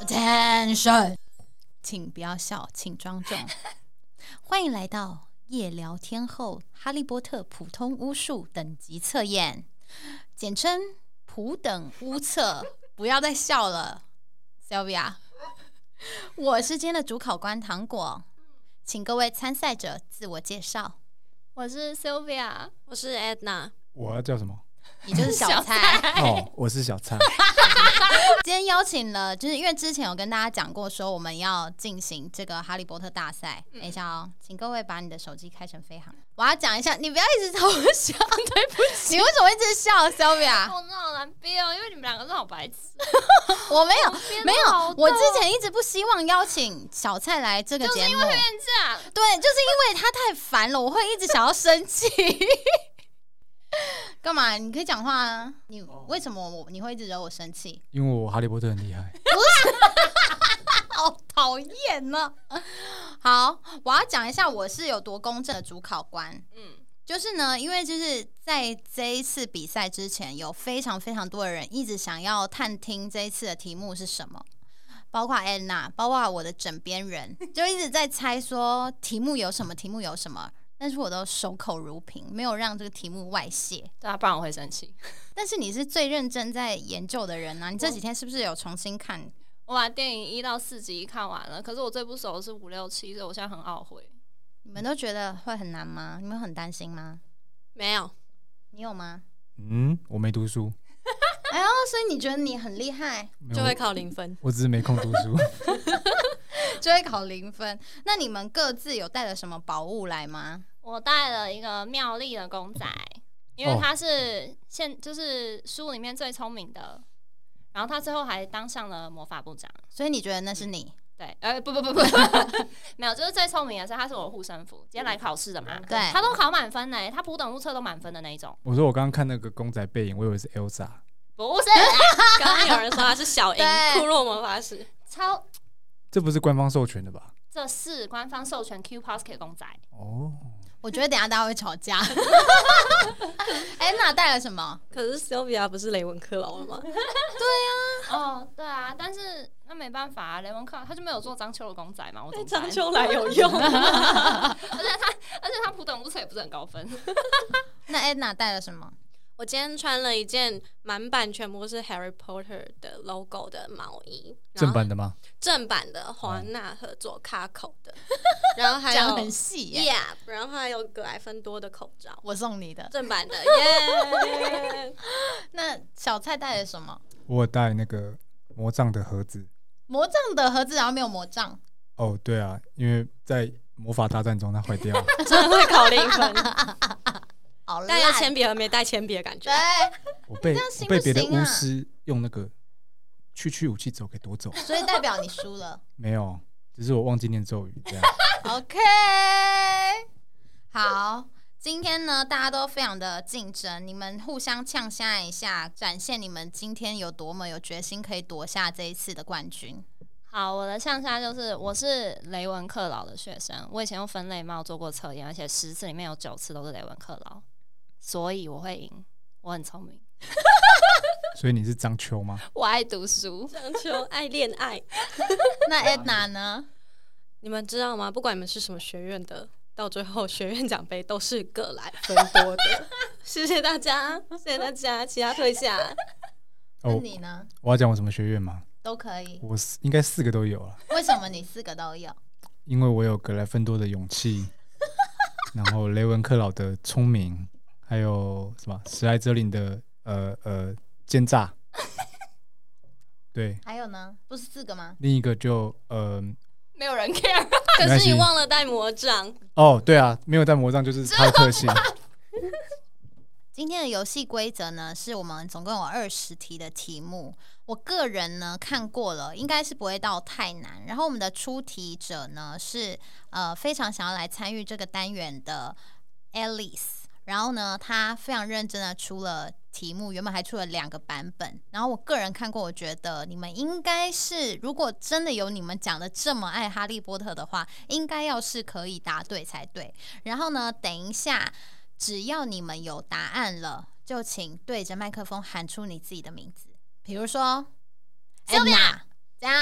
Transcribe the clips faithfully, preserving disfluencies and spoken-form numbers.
Attention， 请不要笑，请庄重。欢迎来到夜聊天后哈利波特普通巫术等级测验，简称普等巫测。不要再笑了 ，Sylvia。我是今天的主考官糖果，请各位参赛者自我介绍。 我是 Sylvia， 我是 Edna。 我要叫什么？ 你就是小蔡哦，我是小蔡。 今天邀请了，就是因为之前有跟大家讲过，说我们要进行这个哈利波特大赛。等一下哦，请各位把你的手机开成飞行。我要讲一下，你不要一直偷笑，对不起。你为什么一直笑 ，Sylvia？ 我好难憋哦，因为你们两个是好白痴。 我没有，没有，我之前一直不希望邀请小蔡来这个节目， 就是因为会变这样。 对，就是因为他太烦了，我会一直想要生气。干嘛？你可以讲话啊！你为什么我你会一直惹我生气？ 因为我哈利波特很厉害。 不是，好讨厌呢。好，我要讲一下我是有多公正的主考官。嗯，就是呢，因为就是在这一次比赛之前，有非常非常多的人一直想要探听这一次的题目是什么。包括安娜，包括我的枕边人，就一直在猜说题目有什么，题目有什么。但是我都守口如瓶，没有让这个题目外泄。 对啊，不然我会生气。 但是你是最认真在研究的人啊！你这几天是不是有重新看？ 我把电影一到四集看完了，可是我最不熟的是五六七，所以我现在很懊悔。 你们都觉得会很难吗？你们很担心吗？ 没有。 你有吗？ 嗯，我没读书。 哎呦，所以你觉得你很厉害， 就会考零分。 我只是没空读书。 就会考零分。那你们各自有带了什么宝物来吗？ 我带了一个妙丽的公仔，因为他是现就是书里面最聪明的，然后他最后还当上了魔法部长。 所以你觉得那是你？ 对，呃，不不不不，没有，就是最聪明的是他是我的护身符，今天来考试的嘛， 对， 他都考满分呢，他普等物测都满分的那一种。 我说我刚刚看那个公仔背影，我以为是 Elsa。 不是， 刚刚有人说他是小樱，库洛魔法使。 超， 这不是官方授权的吧？ 这是官方授权 Q Posket 公仔。 哦， 我觉得等一下大家会吵架。哎，那带了什么？ 可是 Sylvia 不是雷文克劳了吗？ 对呀、 啊，哦，对啊，但是那没办法啊，雷文克他就没有做章丘的公仔嘛，我怎么章丘来有用。 而且他，而且他普等物测也不是很高分。 那 Edna 带了什么？ 我今天穿了一件满版全部是 Harry Potter 的 logo 的毛衣， 正版的吗？ 正版的华纳合作卡口的，然后还有讲很细耶 ，Yeah， 然后还有格莱芬多的口罩， 我送你的正版的，耶、yeah 。 那小蔡带了什么？ 我有带那个魔杖的盒子。 魔杖的盒子，然后没有魔杖。 哦，对啊，因为在魔法大战中它坏掉了， 真的会考零分。 好烂， 带了铅笔和没带铅笔的感觉。 对， 我被这样行我被别的不行啊巫师用那个区区武器走给夺走。 所以代表你输了。 没有，只是我忘记念咒语这样。 OK， 好，今天呢大家都非常的竞争，你们互相呛下一下，展现你们今天有多么有决心可以夺下这一次的冠军。 好，我的项下就是我是雷文克劳的学生，我以前用分类帽做过测验，而且十次里面有九次都是雷文克劳，所以我会赢，我很聪明。 所以你是章丘吗？ 我爱读书， 章丘爱恋爱。 那 Edna 呢？ 你们知道吗？不管你们是什么学院的，到最后学院奖杯都是格莱芬多的。谢谢大家，谢谢大家，其他退下。 那你呢？ 哦，我要讲我什么学院吗？ 都可以。 我应该四个都有了。 为什么你四个都有？ 因为我有格莱芬多的勇气，然后雷文克劳的聪明，还有什么史莱哲林的呃呃奸诈。对， 还有呢？不是四个吗？ 另一个就呃没有人 care。 可是你忘了带魔杖。 哦，对啊，没有带魔杖就是他的特性。 今天的游戏规则呢，是我们总共有二十题的题目。我个人呢看过了，应该是不会到太难。然后我们的出题者呢是呃非常想要来参与这个单元的 Alice， 然后呢他非常认真的出了题目，原本还出了两个版本。然后我个人看过，我觉得你们应该是，如果真的有你们讲的这么爱哈利波特的话，应该要是可以答对才对。然后呢，等一下。只要你们有答案了，就请对着麦克风喊出你自己的名字，比如说 Edna， 这样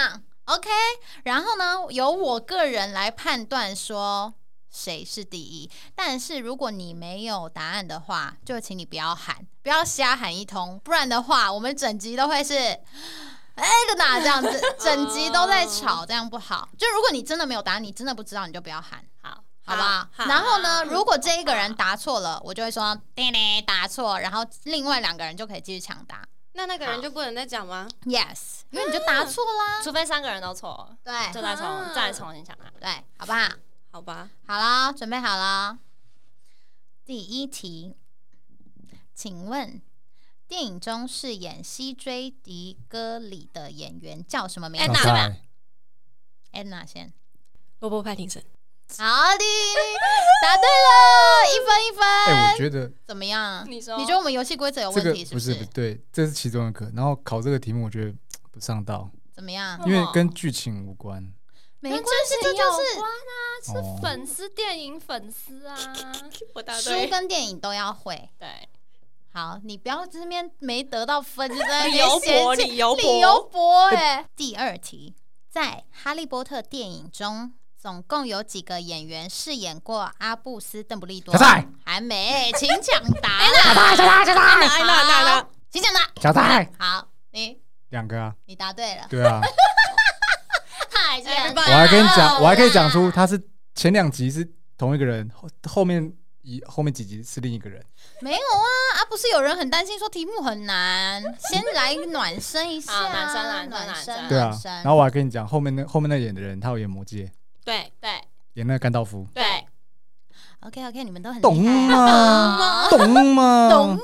OK， 然后呢，由我个人来判断说谁是第一。但是如果你没有答案的话，就请你不要喊，不要瞎喊一通，不然的话，我们整集都会是哎个哪这样子，整集都在吵，这样不好。就如果你真的没有答案，你真的不知道，你就不要喊。 好， 好不好？ 好然后呢，如果这一个人答错了，我就会说叮叮答错，然后另外两个人就可以继续抢答。 那那个人就不能再讲吗？ Yes， 因为你就答错啦。 除非三个人都错， 对就再重啊再重新抢答。 对，好不好？ 好吧， 好了，准备好了。第一题，请问电影中饰演西追迪哥里的演员叫什么名字？ 小蔡， Anna 先。 罗伯·派廷森。 好的，答对了，一分一分。 哎，我觉得怎么样？ 你说你觉得我们游戏规则有这个问题是不是不对，这是其中一个。然后考这个题目，我觉得不上道， 怎么样？ 因为跟剧情无关。 没关系，这就是关啊，是哦粉丝电影粉丝啊。 我答书对。 跟电影都要会。 对， 好，你不要这边没得到分就在那边理由博， 嫌弃理由理由博。 博哎。第二题，在《哈利波特》电影中，总共有几个演员饰演过阿布斯·邓布利多？ 小蔡， 还没，请抢答啦。 小蔡，小蔡，小蔡， 来来来来好，请抢答。 小蔡， 好，你两个啊， 你答对了。 对啊， 太简单了。 我还跟你讲，我还可以讲出他是前两集是同一个人，后后面一后面几集是另一个人。 没有啊啊！不是有人很担心说题目很难，先来暖身一下， 好暖身暖身暖暖身对啊暖身， 然后我还跟你讲，后面那后面那演的人，他有演魔戒， 对对演那个甘道夫， 对， OK OK， 你们都很懂厉害吗？懂吗？ 懂啦。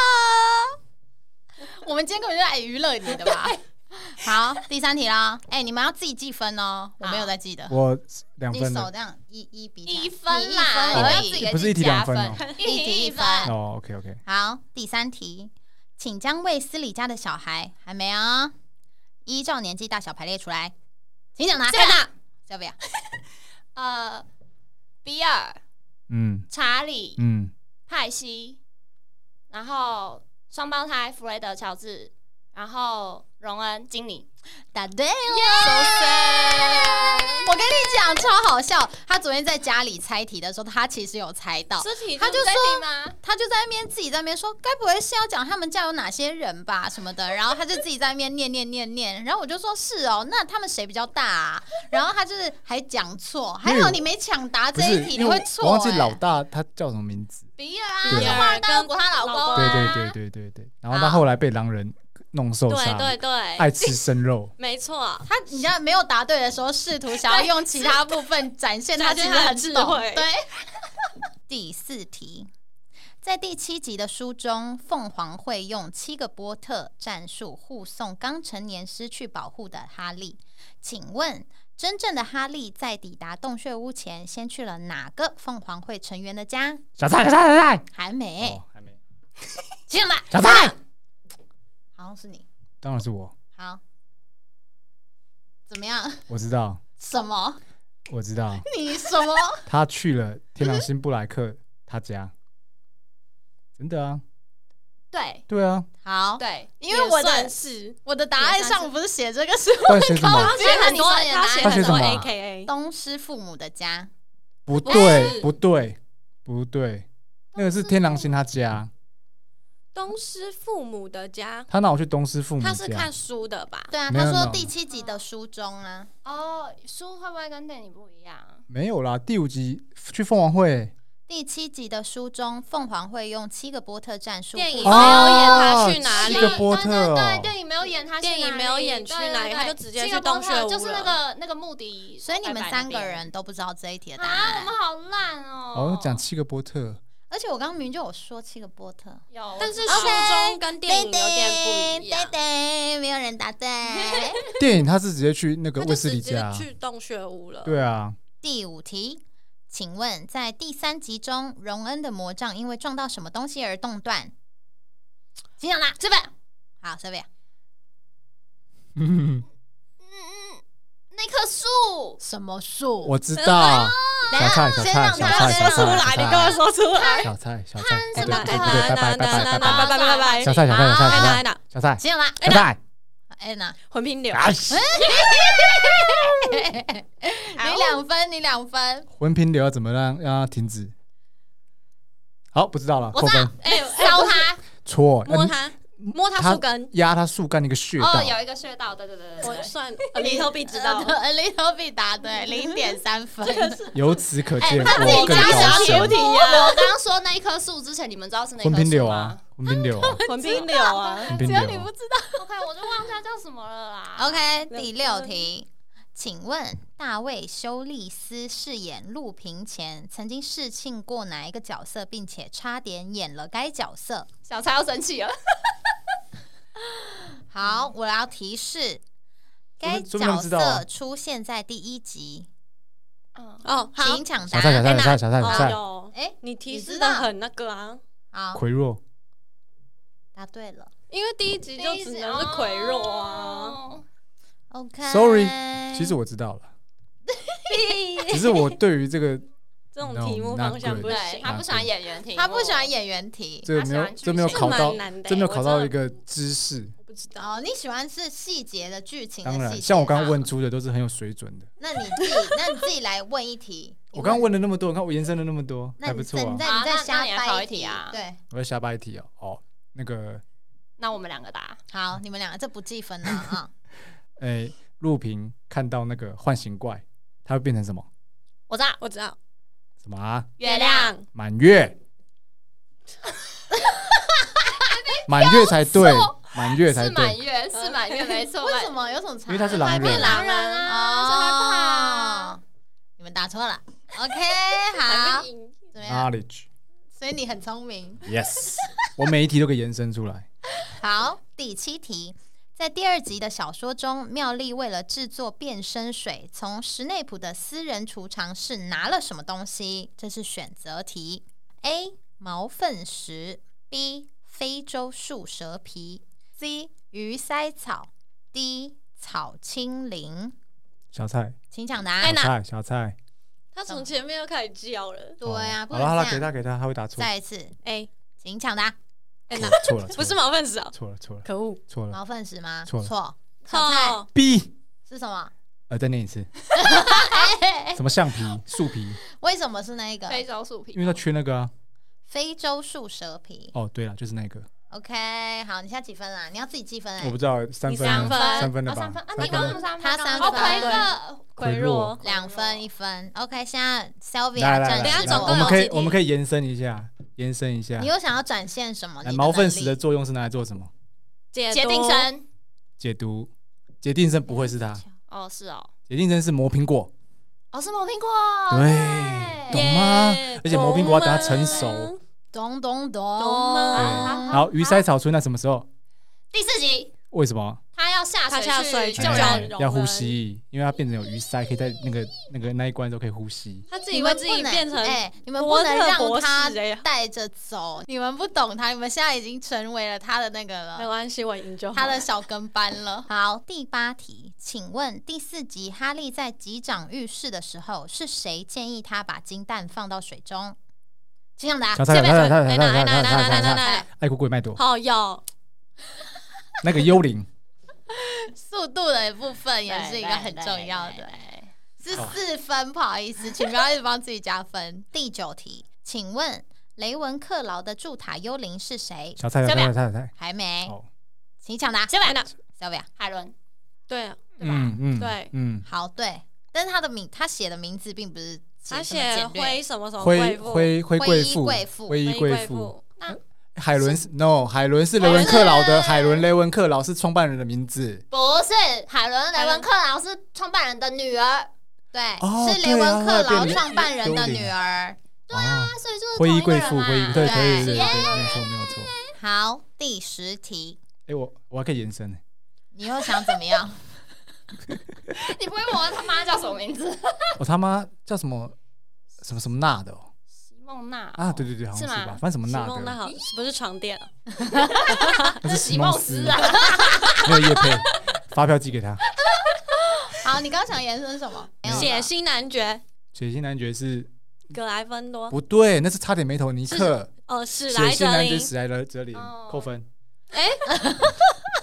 我们今天根本就来娱乐你的吧？好，第三题啦。哎、你们要自己记分哦，我没有在记的。 我两你分的手这样一一比起来一分你一啦， 分你们而已要自己给不是一题自己加两分哦一一题题一一分分。 哦，OK OK， 好，第三题，请将卫斯理家的小孩还没啊？依照年纪大小排列出来，请讲答。 这个呢？ 要不要？ 呃，比尔、 嗯查理、 嗯， 派西，然后双胞胎弗雷德、乔治，然后荣恩、经理。 答对了。 Yeah！ 我跟你讲，超好笑。他昨天在家里猜题的时候，他其实有猜到， 这题他就在说题吗？ 他就在那边自己在那边说，该不会是要讲他们家有哪些人吧什么的，然后他就自己在那边念念念念，然后我就说是哦，那他们谁比较大啊？然后他就是还讲错，还好你没抢答这不是， 一题，你因为我会错、 我忘记欸老大他叫什么名字。 比尔啊， 对就华尔道古她老公啊。 对对对对对对，然后他后来被狼人弄受对伤， 对对， 爱吃生肉。 没错。 他你知道没有答对的时候，试图想要用其他部分展现他其实很智懂。 慧对。第四题，在第七集的书中，凤凰会用七个波特战术护送刚成年失去保护的哈利。请问，真正的哈利在抵达洞穴屋前，先去了哪个凤凰会成员的家？ 小蔡，小蔡，小蔡， 还没， 哦，还没。 请讲答。 小蔡， 好像是你。 当然是我， 好，怎么样？ 我知道， 什么？ 我知道， 你什么？ 他去了天狼星布莱克他家，真的啊， 对对啊， 好， 对， 因为我也算的是我的答案上不是写这个是不然写什么？ 他写很多， 因为你说你的答案他写很多他写什么啊 A K A。 东施父母的家。 不不对， 是不对，不对，那个是天狼星他家， 东施父母的家， 他哪有去东施父母家？ 他是看书的吧？ 对啊，他说没有没有第七集的书中啊， 哦，书会不会跟电影不一样？ 没有啦，第五集去凤凰会， 第七集的书中，凤凰会用七个波特战术。 电影护没有演哦他去哪里七个波特哦对对对，电影没有演他去哪里， 电影没有演去哪里对对对他就直接去七个波特洞穴屋就是那了个那个目的， 所以你们三个人都不知道这一题的答啊，我案。 们好烂哦。 哦，讲七个波特， 而且我刚刚明明就有说七个波特， 有， 但是我书知道中跟电影有点不一样对，对，没有人答对。 电影他是直接去那个卫他就直接斯理家， 去洞穴屋了。 对啊， 第五题，请问在第三集中，荣恩的魔杖因为撞到什么东西而动断？请讲答。这边好，这边嗯， 那棵树， 什么树？ 我知道， 等一下小蔡，小蔡， 先让他小蔡，小说出来， 蔡， 你跟我说出来。 小蔡，小蔡，对什么对对对，拜拜拜拜拜拜拜， 拜拜拜拜。 小蔡，小蔡，小蔡， 来小蔡， 来来， 小蔡， 请讲答。 小蔡， Anna， 魂拼流， 啊， 你两分，你两分。 魂拼流要怎么让让它停止？好，不知道了， 我知道扣分。 哎， 烧它， 错， 摸它，摸它树根， 压它树干那个穴道哦，。有一个穴道，对对对对对。 我算 a little bit 知道。 A little bit 答对，零点三分。 由此可见， 他自己我更高加小深题。题我刚刚说那一棵树之前，你们知道是哪棵魂拼流树啊吗？， 魂拼流啊， 魂拼流啊， 魂拼只有你不流。 知道。 ？OK，我就忘记它叫什么了啦。 OK，第六题，请问大卫·休利斯饰演陆平前，曾经试镜过哪一个角色，并且差点演了该角色？ 小蔡要生气了。 好，我要提示，该说不定角知道啊色出现在第一集， 嗯， 哦，好， 请抢答小。蔡，小蔡，小蔡，小蔡，小哦蔡， 有， 哎， 你提你知道示的很那个啊， 好， 奎若， 答对了。 因为第一集就只能是奎若啊。 哦 OK。 Sorry，其实我知道了，只是我对于这个这种题目方向不对行， 他不喜欢演员题目， 他不喜欢演员题。 这个没有他喜欢剧情这没有考到这蛮难的欸这没有考到我真一个知识。 我不知道。 哦，你喜欢是细节的剧情的当然， 细节。 像我刚刚问，出的都是很有水准的。 那你自己，那你自己来问一题。 我刚刚问了那么多，你看我延伸了那么多， 那你还不错啊。 再你再好那你再瞎那你来考掰一题啊对， 我要瞎掰一题哦。哦，那个， 那我们两个答。 好，你们两个这不计分了啊。 诶，陆平看到那个幻形怪，它会变成什么？ 我知道， 我知道， 什么啊？ 月亮。 满月。满月才对，满月才是满对， 月，是满月，没错。 为什么有什么差？ 因为他是狼人变狼人啊所以害怕啊哦。你们答错了。OK，好，怎么样？ knowledge。 所以你很聪明。 Yes，我每一题都可以延伸出来。 好，第七题，在第二集的小说中，妙丽为了制作变身水，从史内普的私人储藏室拿了什么东西？这是选择题。A. 毛粪石 B. 非洲树蛇皮 C. 鱼鳃草 D. 草青灵。 小蔡， 请抢答案。 哎那小蔡，小蔡。 他从前面就开始叫了。 对啊，不好了好了， 能这样。 给他给他，他会答错。 再一次， A， 请抢答。 哎那错了， 不是毛粪石哦， 错了错了可恶， 错了毛粪石吗？ 错了错。小蔡靠， ，B。 是什么？ 呃，再念一次。什么橡皮、树皮？ 为什么是那一个？ 非洲树皮， 因为它缺那个啊。 非洲树蛇皮。 哦，对了，就是那个。 OK，好，你现在几分啦？你要自己计分哎、 我不知道三分呢， 你三分三分了吧哦三分？啊， 三你刚刚分。 三分， 他三哦， 分奎对若， 奎奎若若， 两分一分。OK，现在 Sylvia 来来来， 正式来等一下总共我们可以有几题我们可以延伸一下，延伸一下你。有想要展现什么？ 来你毛粪石的能力作用是拿来做什么？ 解结定读生。 解毒。解定生不会是它， 哦，是哦， 解定生是磨苹果， 哦，是磨苹果。 对，懂吗？ 耶而且磨苹果要等它成懂熟。 吗咚咚咚懂吗对，然后鱼鳃草存在什么时候？ 第四集， 为什么？ 他要下他下水去水去救人， 救人要呼吸，因为它变成有鱼鳃，可以在那个那个那一关都可以呼吸。 他自你己为自己们不能变成哎、你们不波能让特博士他哎带着走，你们不懂他，你们现在已经成为了他的那个了， 没关系，我赢就好。 他的小跟班了。好，第八题，请问第四集哈利在击掌浴室的时候，是谁建议他把金蛋放到水中？请抢答。 小蔡，小蔡，小蔡，小蔡，小蔡，小蔡，小蔡， 来， 爱哭鬼麦朵， 好有那个幽灵， 速度的部分也是一个很重要的。是四分，不好意思，请不要一直帮自己加分。第九题，请问雷文克劳的筑塔幽灵是谁？ 小蔡，小蔡，小蔡，小蔡。 还没， 哦， 请抢答。 小北， Sylvia， 海伦， 对啊， 嗯嗯， 对嗯， 好，对，但是他的名，他写的名字并不是他写这么写简略灰什么什么灰贵妇， 灰灰贵灰衣妇， 贵妇灰衣灰贵妇。 妇， 海伦是 no，海伦是雷文克劳的，海伦雷文克劳是创办人的名字。 不是海伦雷文克劳是创办人的女儿， 对， 哦是雷文克劳对啊变创办人的幽灵女儿。 啊， 所以就是灰衣同一个人贵妇， 嘛灰衣对， 对可以，对对耶对，没有错，没有错。 好，第十题， 哎，我我还可以延伸。 你又想怎么样？ 你不会问我他妈叫什么名字？ 我他妈叫什么什么什么娜的哦席梦娜啊，对对对，好像是吗是吧，反正什么娜席梦那的， 好不是床垫啊， 那是席梦席梦思思啊， 没有叶配，发票寄给他。 好，你刚想延伸什么？没有了血腥男爵血腥男爵是格莱芬多， 不对，那是差点没头尼克。 哦，史血腥莱哲林， 男爵史莱哲哲林哦扣分。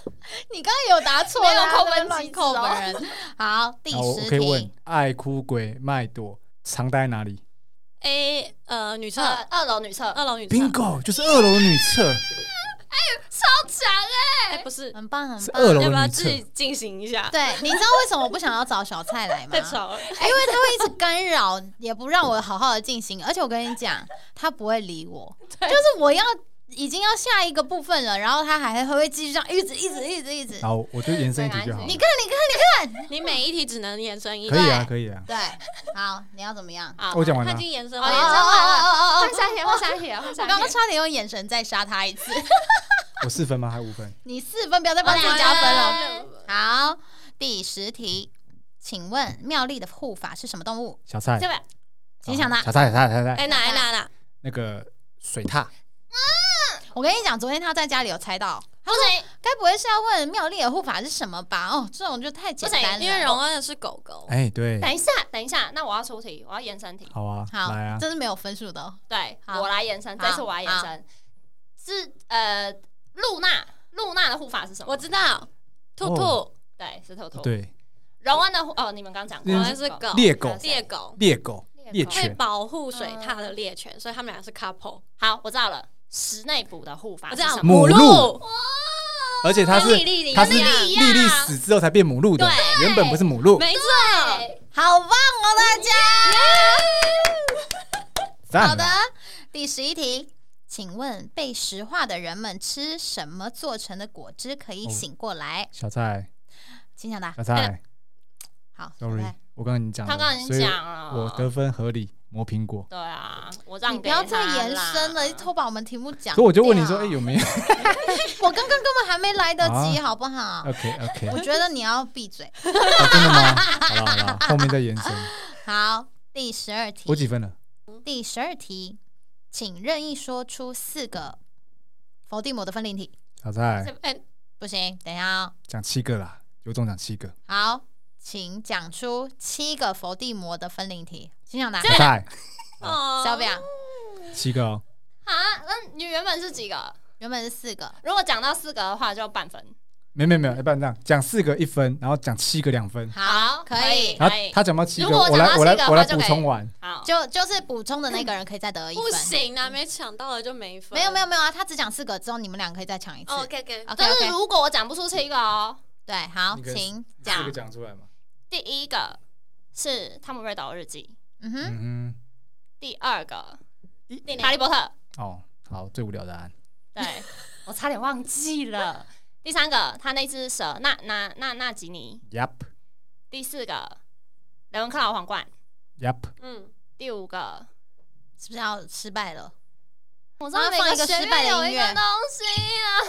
你刚刚有答错没有啦， 扣分在那边机制乱扣哦分人。好，第好，我十可以问题， 爱哭鬼麦朵常待哪里 A 呃女厕二二楼女厕， 二楼女厕 ？Bingo，就是二楼女厕， 超强哎！ 哎不是， 很棒很棒。 是二楼要不要女厕。 自己进行一下？ 对，你知道为什么我不想要找小蔡来吗？ 太吵了。 因为他会一直干扰，也不让我好好的进行，而且我跟你讲，他不会理我，就是我要已经要下一个部分了，然后他还会继续这样一直一直一直一直。 好，我就延伸一题就好了。 你看，你看，你看， 你每一题只能延伸一题。 可以啊，可以啊。 对，好，你要怎么样？ 好， 我讲完了他已。经延伸哦完了。 延伸完了哦哦换下一题，换下一题，换我下一题。 刚刚差点用眼神再杀他一次。 我四分吗？还五分？ 你四分，不要再帮自己加分了。 了。 好，第十题，请问妙丽的护法是什么动物？ 小蔡， 这边请想他。 小蔡，小蔡，小蔡， 哎，哪来哪哪？ 那个水獭， 我跟你讲，昨天他在家里有猜到， 不行该不会是要问妙丽的护法是什么吧？哦，这种就太简单了。 因为荣恩的是狗狗。 哎，对， 等一下，等一下，那我要出题，我要延伸题。 好啊， 好来啊， 这是没有分数的哦。 对， 好我来延伸， 好这次我来延伸。是呃，露娜，露娜的护法是什么？ 我知道，兔兔哦对，是兔兔。， 对， 荣恩的护哦，你们刚讲过， 荣恩是狗猎狗猎狗猎狗、 猎狗会猎犬， 保护水獭的猎犬，所以他们俩是 couple。 好，我知道了。史内普的护法我知道是什么？ 母鹿鹿， 而且它是跟莉莉莉它是莉莉一样莉莉死之后才变母鹿的， 对原本不是母鹿。 没错。 对好棒哦，大家！ 赞好的啊， 第十一题，请问被石化的人们吃什么做成的果汁可以醒过来？ 小蔡， 请抢答。 小蔡好 ，sorry， 来我刚刚已经讲了， 他刚刚已所以经讲了， 我得分合理，磨苹果。 对啊，我让你不要给他再延伸了， 啦一偷把我们题目讲。 所以我就问你说，哎，有没有我刚刚根本还没来得及， 啊好不好？ ？OK OK， 我觉得你要闭嘴。 真的吗？好了好了，后面再延伸。 好，第十二题。 我几分了？ 第十二题，请任意说出四个伏地魔的分灵体。 小蔡哎， 不行，等一下哦。 讲七个啦，有中讲七个。 好，请讲出七个伏地魔的分灵体。请讲答。 小蔡哦小表七个哦， 啊，那你原本是几个？ 原本是四个， 如果讲到四个的话，就半分。 没没没有，要不然这样讲四个一分，然后讲七个两分。 好，可以。 然后他讲到七个， 如果我我来我来讲到七个的话我来补就可以充完。 好， 就就是补充的那个人可以再得一不分。 行啊，没抢到的就没分。 没有没有没有啊，他只讲四个，之后你们俩可以再抢一次。 OK OK， OK 但是 OK， 如果我讲不出七个哦， 对，好你，可以请四讲个。讲出来嘛。 第一个是汤姆瑞斗日记， 嗯哼， 嗯第二个弟弟哈利波特， 哼，哦，好，最无聊的答案。 对我差点忘记了。第三个他那只蛇纳纳纳纳吉尼， Yup 第四个雷文克劳皇冠， Yup， 嗯， 第五个是不是要失败了？ 我知道每放一个学失败的院有音乐一个东西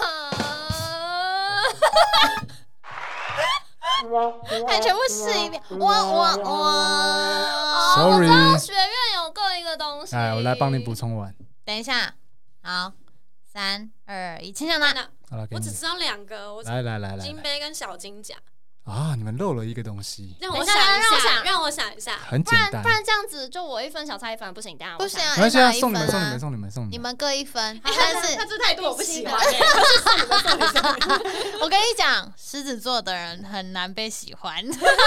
啊。 还全部试一遍。哇哇哇！ 哦，我 Sorry 知道学院有各一个东西。 哎，我来帮你补。充完。 等一下，好，三二一，请讲答。 那好了，给你我只知道两个，我来来来来来金杯跟小金甲。 啊！你们漏了一个东西， 让我等一下想一下， 让我想让我想一下。 很简单不然不。然这样子就我一分，小蔡一分，不行，等一下不行啊， 没关系啊， 一人送你们， 一分啊送你们，送你们，送你们。 你们各一分。 但但是这态度我不喜欢。 我跟你讲，狮子座的人很难被喜欢。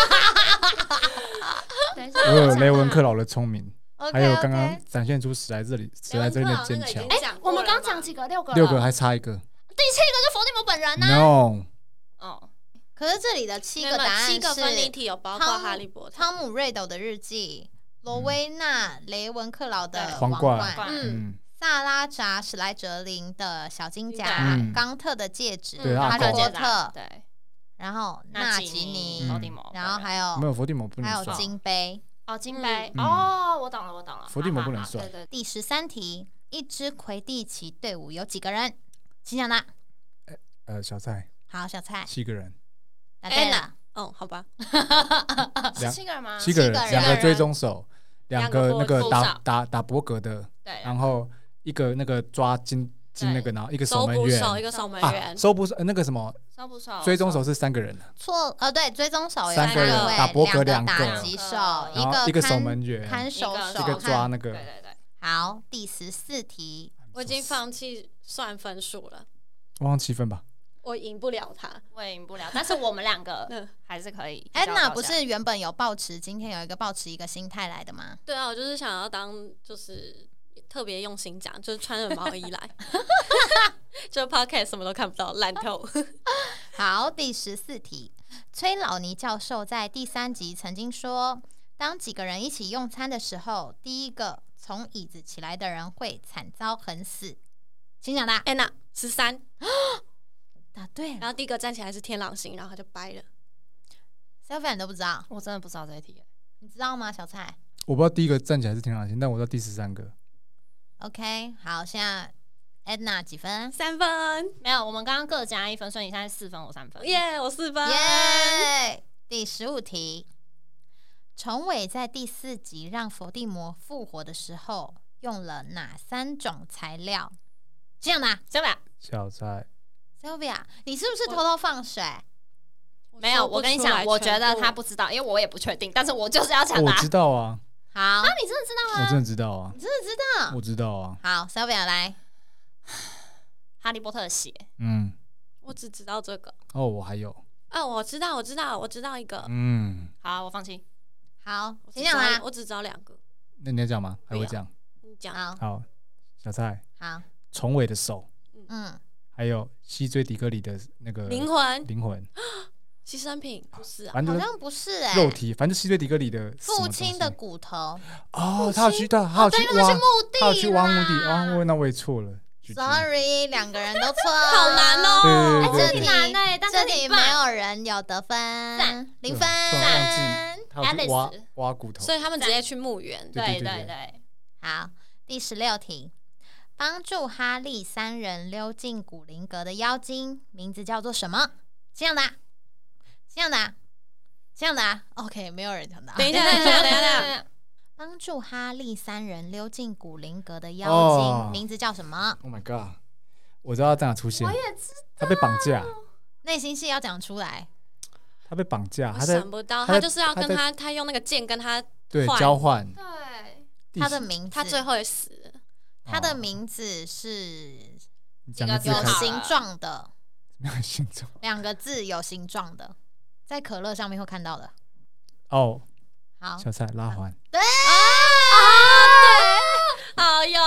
等一下， 我有想雷文克想劳的聪明， OK， 还有刚刚展现出史莱这里史莱这里的坚强。 哎，我们刚讲几个？六个了。 六个还差一个。 第七个就伏地魔本人呢。 No， 哦， 可是这里的七七个答案七个分离是体有包括汤哈利波特。 汤姆瑞斗的日记、罗威纳雷文克劳的皇冠冠， 嗯， 嗯， 萨拉扎史莱哲林的小金甲嗯， 冈特的戒指， 对哈利阿狗波特， 对， 然后纳吉纳吉尼、 尼， 伏地魔， 然后还没有有伏地魔不还有能算。 金杯。 哦金杯， 嗯哦，我懂了，我懂了， 伏地魔好好好不能算对对， 第十三题，一支魁地奇队伍有几个人？请讲答。 呃，小蔡好，小蔡七个人， 答对了。 哦，好吧， 是两七个人吗？ 七个人七个，人两个追踪手，两两个个那个打副手打打伯格的， 对， 然后一个那个抓金金那个，然后一个守手门员捕手一个守门啊， 员， 收不是呃那个什么收不收？ 追踪手是三个人的， 错，呃，对，追踪手有三个人位， 打伯格两两个打击手， 然然后一个看守门员， 看守手， 一一个抓那个。 对对对， 好，第十四题， 我已经放弃算分数了。 忘七分吧， 我赢不了他。 我也赢不了，但是我们两个嗯还是可以。 安娜不是原本有抱持今天有一个抱持一个心态来的吗？ 对啊，我就是想要当就是特别用心讲，就是穿着毛衣来，就 podcast 什么都看不到，烂透。 好，第十四题，崔老尼教授在第三集曾经说，当几个人一起用餐的时候，第一个从椅子起来的人会惨遭横死。请讲答。 安娜十三， 答对了。 然后第一个站起来是天狼星，然后他就掰了。 Sylvia 你都不知道， 我真的不知道这一题。 你知道吗？小蔡。 我不知道第一个站起来是天狼星，但我知道第十三个。 OK， 好，现在 Edna 几分？ 三分， 没有，我们刚刚各加一分，所以你现在四分，我三分。 耶、yeah, 我四分。 耶！第十五题，崇伟在第四集让伏地魔复活的时候，用了哪三种材料？这样的、啊、 Sylvia 小蔡 Sylvia， 你是不是偷偷放水？ 没有，我跟你讲，我觉得他不知道，因为我也不确定，但是我就是要抢答。 我知道啊。 好， 啊，你真的知道吗？ 我真的知道啊。 你真的知道？ 我知道啊。 好 ，Sylvia 来。 哈利波特的血。 嗯。 我只知道这个。 哦，我还有。 啊，我知道，我知道，我知道一个。 嗯。 好，我放弃。 好， 我请讲啦。 我只知道两个。 那你要讲吗？还会讲？ 你讲。 好。 好，小蔡。 好。 崇伟的手。 嗯。 还有西追迪戈里的那个灵魂。 灵魂。 牺牲品不是啊， 反正好像不是哎、 欸，肉体，反正西追迪戈里的父亲的骨头哦，他有去到，他有去挖，他有去挖墓地，哦，那我也错了 ，sorry， 两个人都错， 好难哦， 对对对，这题难这题没有人有得分，零分， 他有去挖挖骨头， 所以他们直接去墓园， 对对对。 好，第十六题，帮助哈利三人溜进古灵阁的妖精名字叫做什么？这样的。这样的、啊，这样的、啊、，OK， 没有人抢答。 等一下，等一下，等一下， 帮助哈利三人溜进古灵阁的妖精、oh, 名字叫什么 ？Oh my god！ 我知道他在哪出现， 我也知道， 他被绑架， 内心戏要讲出来。 他被绑架， 我想不到，他就是要跟他，他用那个剑跟他对交换。 对， 他的名字， 他最后也死了。 他的名字是一个有形状的， 没有形状， 两个字有形状的。在可乐上面会看到的哦， 好， 小菜拉环， 对啊，对，哎呦，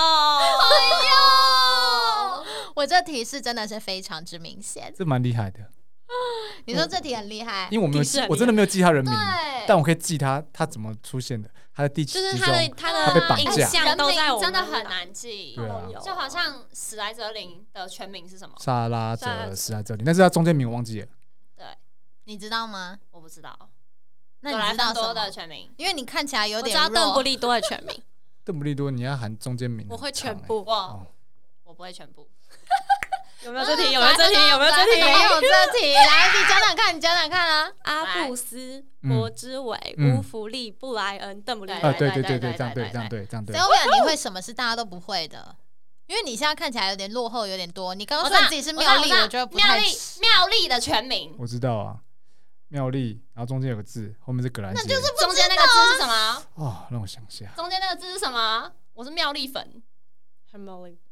哎呦，我这题是真的是非常之明显， 这蛮厉害的。 你说这题很厉害， 因为我没有记，我真的没有记他人名，但我可以记他他怎么出现的，他的第几就是他的他的他被绑架， 人名真的很难记， 对啊， 就好像史莱哲林的全名是什么？ 萨拉哲史莱哲林，但是他中间名我忘记了。 你知道吗？ 我不知道。 那你知道什么的全名？ 因为你看起来有点弱。我知道邓布利多的全名。 邓布利多，你要喊中间名。 我会全部。 我、哦、我不会全部。 有没有这题？有没有这题？有没有这题？ 没有这题。来，你讲讲看，你讲讲看啊！ 阿布斯、柏之伟、乌弗利、布莱恩、邓布利多。啊，对对对对，这样对，这样对，这样对。 Sylvia， 你会什么是大家都不会的？因为你现在看起来有点落后，有点多。你刚刚说你自己是妙丽，我觉得不太。 妙丽，妙丽的全名我知道啊。妙丽，然后中间有个字，后面是葛兰杰， 那就是中间那个字是什么？ 哦，让我想一下， 中间那个字是什么？我是妙丽粉， 很妙丽。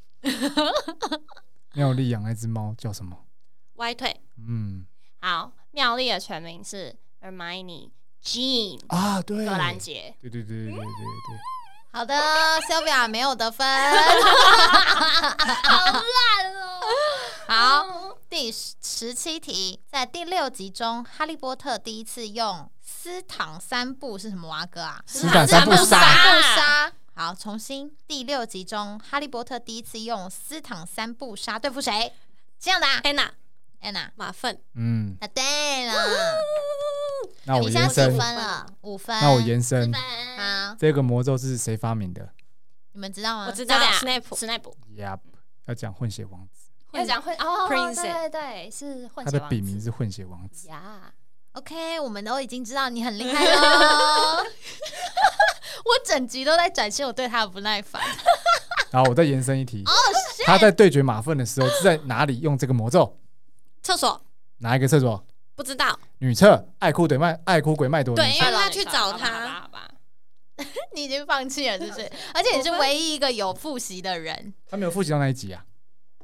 妙丽养那只猫叫什么？ 歪腿。 嗯， 好，妙丽的全名是 Hermione Jean 啊，对， 葛兰杰， 对对对对对对对。 好的 ，Sylvia 没有得分， 好烂哦。 好。第十七题，在第六集中，哈利波特第一次用斯坦三步是什么蛙哥啊？ 斯坦三步杀。好，重新，第六集中，哈利波特第一次用斯坦三步杀对付谁？这样的啊 ，Anna Anna 马粪。 嗯， 答对了。 那我延伸，你现在几分了？五分。 那我延伸。 好， 这个魔咒是谁发明的？ 你们知道吗？ 我知道 ，Snape，Snape。 Yep， 要讲混血王子。 要讲混哦 ，Prince， 对对对，是混血王子。 他的笔名是混血王子。 呀 ，OK， 我们都已经知道你很厉害了。我整集都在展现我对他的不耐烦。 然后我再延伸一题， 哦， 他在对决马粪的时候是在哪里用这个魔咒？ 厕所。 哪一个厕所？ 不知道。 女厕，爱哭鬼麦，爱哭鬼麦多。 对，因为他去找他。 好吧。 你已经放弃了，是不是？而且你是唯一一个有复习的人。 他没有复习到那一集啊。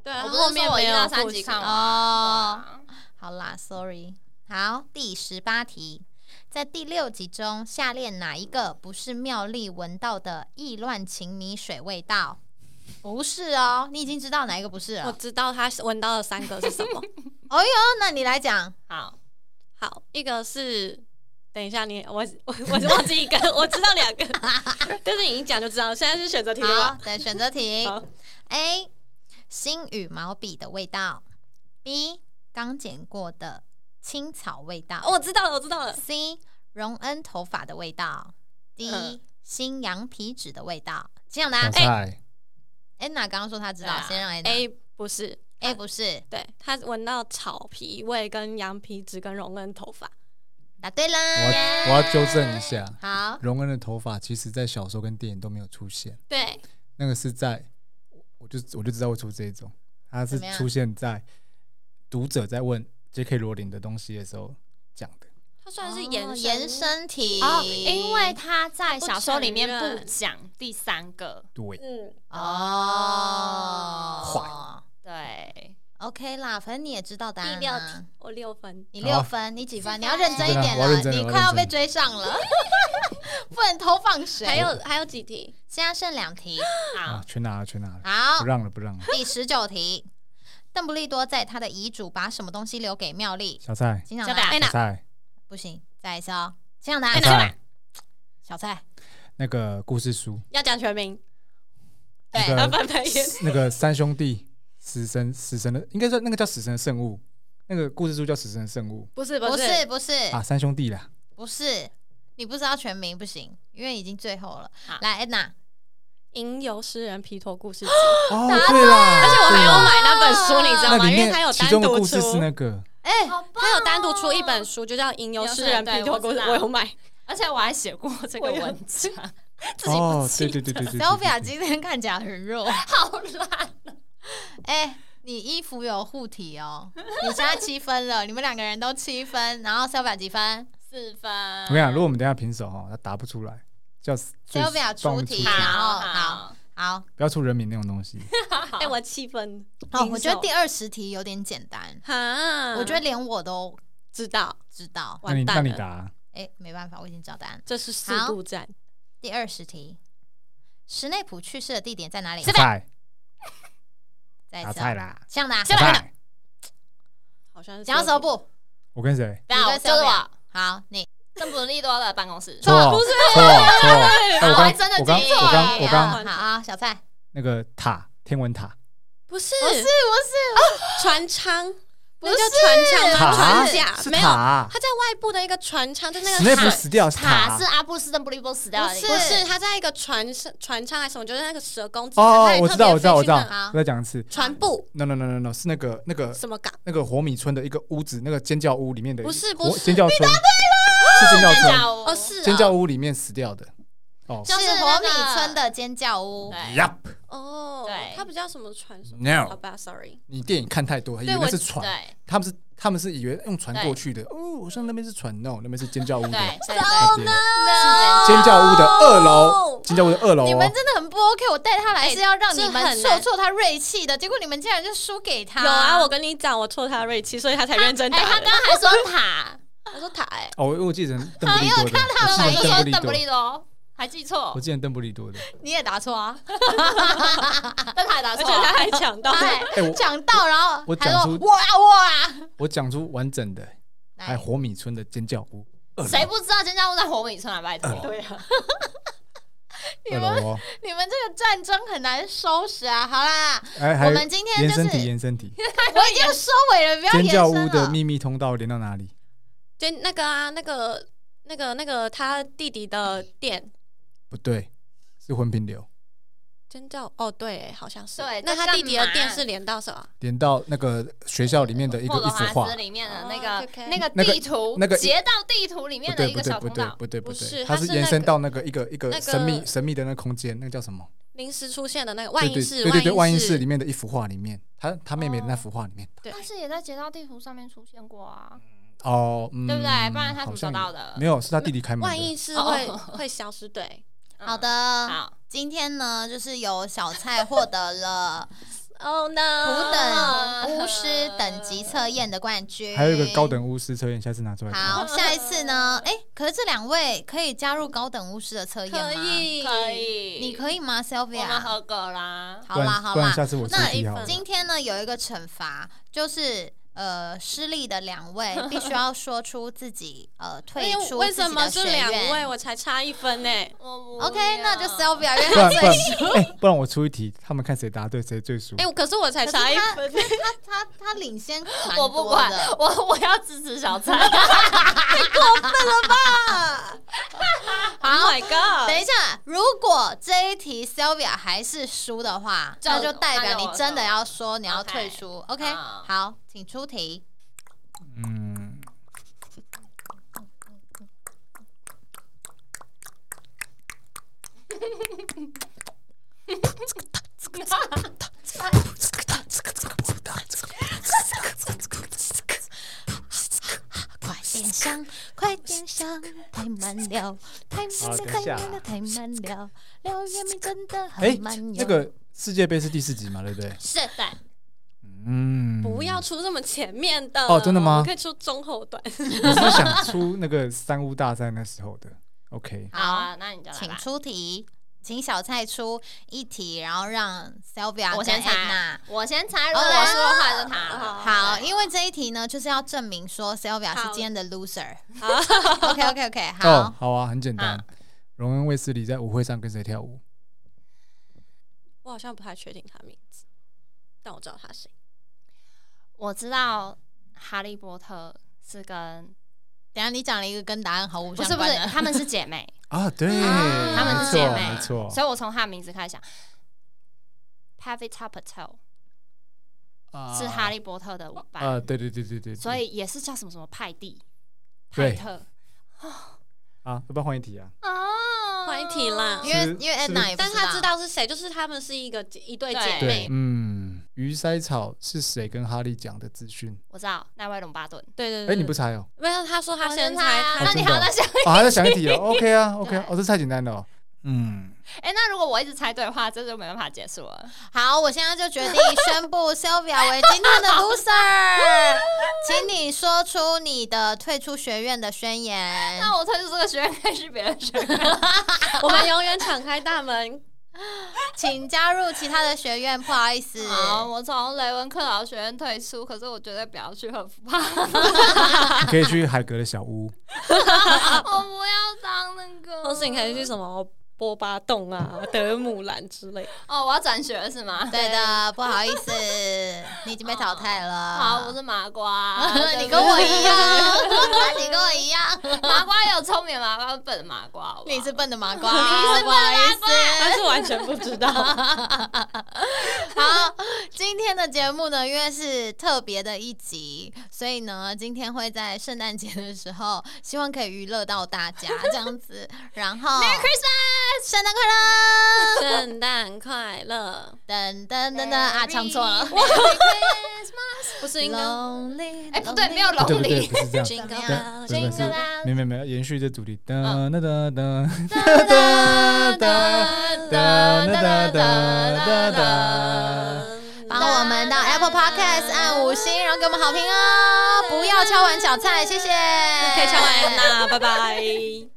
对啊， 我不是说我一到三集看完哦。 对啊好啦 ，sorry。好，第十八题，在第六集中，下列哪一个不是妙丽闻到的意乱情迷水味道？不是哦，你已经知道哪一个不是我了。 知道他闻到的三个是什么。 哦哟，那你来讲。 好， 好，一个是，等一下你我我我是忘记一个，我知道两个，但是你一讲就知道。现在是选择题了好， 吗？ 对，选择题。 好 A. 新羽毛笔的味道。B. 刚剪过的青草味道。 哦我知道了，我知道了。 C. 荣恩头发的味道。D. 嗯新羊皮纸的味道。请讲答小案。 菜， Anna 刚刚说她知道， 对啊先让 Anna。 A 不是 A 不是， 对他闻到草皮味、跟羊皮纸、跟荣恩头发。 答对啦。 我要我要纠正一下， 好， 荣恩的头发其实在小说跟电影都没有出现， 对， 那个是在我就我就知道会出这种，它是怎么样出现在读者在问 J K 罗琳的东西的时候讲的。 他算是延伸哦延伸题哦，因为他在小说里面不不承认讲第三个， 对， 嗯， 哦， 坏对， OK 啦，反正你也知道答案第六啊题。我六分。 你六分，你几分？ 是你要认真一点了， 我要认真了你我要认真快要被追上了，不能偷放水。 还有还有几题？ 现在剩两题， 好啊，，全拿了，全拿了， 好不，让了，不让了。 第十九题，邓布利多在他的遗嘱把什么东西留给妙丽？ 小菜， 请讲答案。 小白小菜， 不行，再来一次哦，请讲答小案。 菜， 小蔡， 那个故事书， 要讲全名。 对那个他翻白眼。 那个三兄弟，死神，死神的，应该说那个叫死神的圣物，那个故事书叫死神的圣物不是不是是不是啊，三兄弟啦， 不是，你不知道全名不行，因为已经最后了好。 来，Anna， 吟游诗人皮陀故事集， 哦，对啦， 而且我还有对啦买那本书，你知道吗？因为那里面其它有单独中的故事出是那个， 哎， 好棒它有单独出一本书，就叫《吟游诗人皮陀故事》， 对我知道我有买。 而且我还写过这个我也文章，自己不哦， 记得， 对对对对对对 Sophia 对今天看起来很弱。 好烂。 哎、你衣服有护体哦，你现在七分了，你们两个人都七分，然后 Sylvia 几分四分。 我跟你讲，如果我们等一下平手哈，他答不出来，叫最 ？Sylvia 出题， 帮然我后好好不要出人名那种东西。 好， 哎，我七分。 哦，我觉得第二二十题有点简单， 哈， 我觉得连我都知道， 知道。 那你完蛋了那你答， 哎、没办法，我已经知道答案。 这是速度战。 第二十题，史内普去世的地点在哪里？ 小菜， 再一次、哦， 打菜啦， 像答， 小菜， 好像是讲到手部， 我跟谁？ 不要， 你跟就是 Sylvia 我， 好，你邓布利多的办公室。 错，错错，哎我我还刚真的我刚记错我刚哎我刚好好啊，小蔡， 那个塔，天文塔， 不是不是不是， 船舱， 不那叫船舱吗？ 塔船甲是没有， 塔， 它在外部的一个船舱，就那史内个塔。 普死掉是塔塔是阿布斯邓布利多死掉的地不方， 不是，它在一个船上船舱还是什么，就是那个蛇公子。 哦它也， 我知道特别我知道我知道飞去那， 好我再讲一次船部 ，no no no no no 是那个那个什么港？ 那个火米村的一个屋子，那个尖叫屋里面的， 不是火不是尖叫村，是尖叫村， 尖叫屋哦，是尖叫屋屋里面死掉的。哦就是火米村的尖叫屋。 对， ，Yup， 哦， 对它不叫什么船什么 No 好吧，sorry。 你电影看太多，以为对我那是船， 对他们是他们是以为用船过去的。哦，我说那边是船，no，那边是尖叫屋的对对地对， 点是尖叫屋的二楼， 哦尖叫屋的二楼你们哦。 真的很不 OK，我带他来哎是要让你们这很难挫挫他锐气的，结果你们竟然就输给他。 有啊，我跟你讲，我挫他锐气，所以他才认真打哎， 的。 他刚刚还说塔， 我说塔哎， 哦，我我记得邓布利多的， 他我记反应说邓布得邓布利多， 利多，还记错我，记得邓布利多的。 你也答错啊， 但他还答错而且他啊， 还抢到。 他哎我还讲到，然后还我讲出说哇哇， 我讲出完整的，还有来火米村的尖叫屋，二楼谁不知道尖叫屋在火米村啊？拜托， 对啊， 二楼哦。 你们这个战争很难收拾啊！好啦， 哎，还有我们今天就是延伸题，延伸题， 我已经收尾了，不要尖延伸叫屋的了。 秘密通道连到哪里？ 就那个啊，那个那个那个他弟弟的店。 不对，是魂平流， 尖叫哦，对，好像是。 对那他弟弟的在干嘛店是连到什么？ 连到那个学校里面的一个霍格一幅画华兹。里面的那哦个 ，OK 那个那个地图， 那个截到地图里不面的一个对不对不小通道， 对不对不不是对，它是它是那个延伸到那个一个一个那个神秘神秘的那个空间，那个叫什么？ 临时出现的那个万对对应室， 对对对，万应应室里面的一幅画里面，他他妹妹的那幅画里面。 对但是也在截到地图上面出现过啊。 哦，嗯， 对不对不然他怎么好像找到的有没有，是他弟弟开门的。 万应室会哦会消失，对。 嗯好的， 好， 今天呢，就是由小蔡获得了 Oh no！ 普等巫师等级测验的冠军， 还有一个高等巫师测验，下次拿出来看。 好，下一次呢？哎、可是这两位可以加入高等巫师的测验吗？ 可以， 可以， 你可以吗我们 ，Sylvia？ 合格啦。 好啦好啦， 不然下次我出那题好了。 今天呢有一个惩罚，就是呃失利的两位必须要说出自己呃退出自己的为什么是学两位？ 院。 我才差一分呢。 我不 OK， 要那就 Sylvia，因为不然不然他最， 哎、不然我出一题，他们看谁答对谁最输。 哎、可是我才差一分。 他他他领先蛮我不管多的， 我我要支持小蔡。 好 Oh my god！ 等一下，如果这一题 Sylvia 还是输的话， 就那就代表你真的要说你要 OK 退出。OK， 好好，请出题。 嗯， 快点想，快点想，太慢了，太慢了， 好等一下太慢了，太慢了，廖元明真的哎、 很慢哟。 那个世界杯是第四集嘛，对不对？ 是的， 嗯， 不要出这么前面的哦真的吗我可以出中后段。 我是想出那个三巫大赛那时候的。OK， 好啊，那你就来请吧。 出题，请小蔡出一题，然后让 Sylvia 跟我先 Edna 猜，我先猜，如果 OK 我输的话就他。 好，因为这一题呢，就是要证明说 Sylvia 是好今天的 loser。 好 OK OK OK， 哦好，， 好啊，很简单。荣恩卫斯理在舞会上跟谁跳舞？ 我好像不太确定他名字，但我知道他谁。 我知道哈利波特是跟等一下你讲了一个跟答案毫无不是不是， 相关的， 他们是姐妹， 啊，对， 他们是姐妹， 没错， 所以我从他的名字开始想。Pavita Patel 啊是哈利波特的舞伴， 啊，对对对对对，对所以也是叫什么什么派蒂、 对派特啊，要不要换一题啊？ 啊换一题啦因为是因为是 Edna 也不但他知道是谁，就是他们是一个一对姐对妹。 嗯，鱼鳃草是谁跟哈利讲的资讯？ 我知道奈威龙巴顿。 哎， 对对对， 你不猜哦？ 没有？他说他我先猜， 啊他那你还要再想？ 啊，还在想一题了？OK 啊，OK 对啊，哦，这太简单了哦。嗯， 哎，那如果我一直猜对的话，这就没办法结束了。 好，我现在就决定宣布 Sylvia 为今天的 loser，请你说出你的退出学院的宣言。 那我退出这个学院，可以去别的学院。 我们永远敞开大门。 请加入其他的学院，不好意思。 好，我从雷文克劳学院退出，可是我绝对不要去赫夫帕。 你可以去海格的小屋。 我不要当那个。 或是你可以去什么波巴洞啊、德姆兰之类的。 哦，我要转学是吗？ 对的，不好意思，你已经被淘汰了。 好，我是麻瓜。 你跟我一样，你跟我一样， 麻瓜有聪明麻瓜，笨的麻瓜好不好。 你是笨的麻瓜， 你是不好意他思。 是完全不知道。 好，今天的节目呢，因为是特别的一集，所以呢，今天会在圣诞节的时候，希望可以娱乐到大家这样子。然后 Merry Christmas， 圣诞快乐！ 圣诞快乐！ 噔噔噔噔啊，唱错了。 不是应该 Lonely， 哎，不对，没有不对不对， lonely。 不是这样。 Jingle 怎么 Bell 样对，不是， Jingle Bell 没没没，延续这主题。哒嗯哒哒哒哒哒哒哒哒哒哒。 帮我们到 Apple Podcast 按五星，然后给我们好评哦！不要敲完小菜，谢谢。 可以敲完啦，拜拜。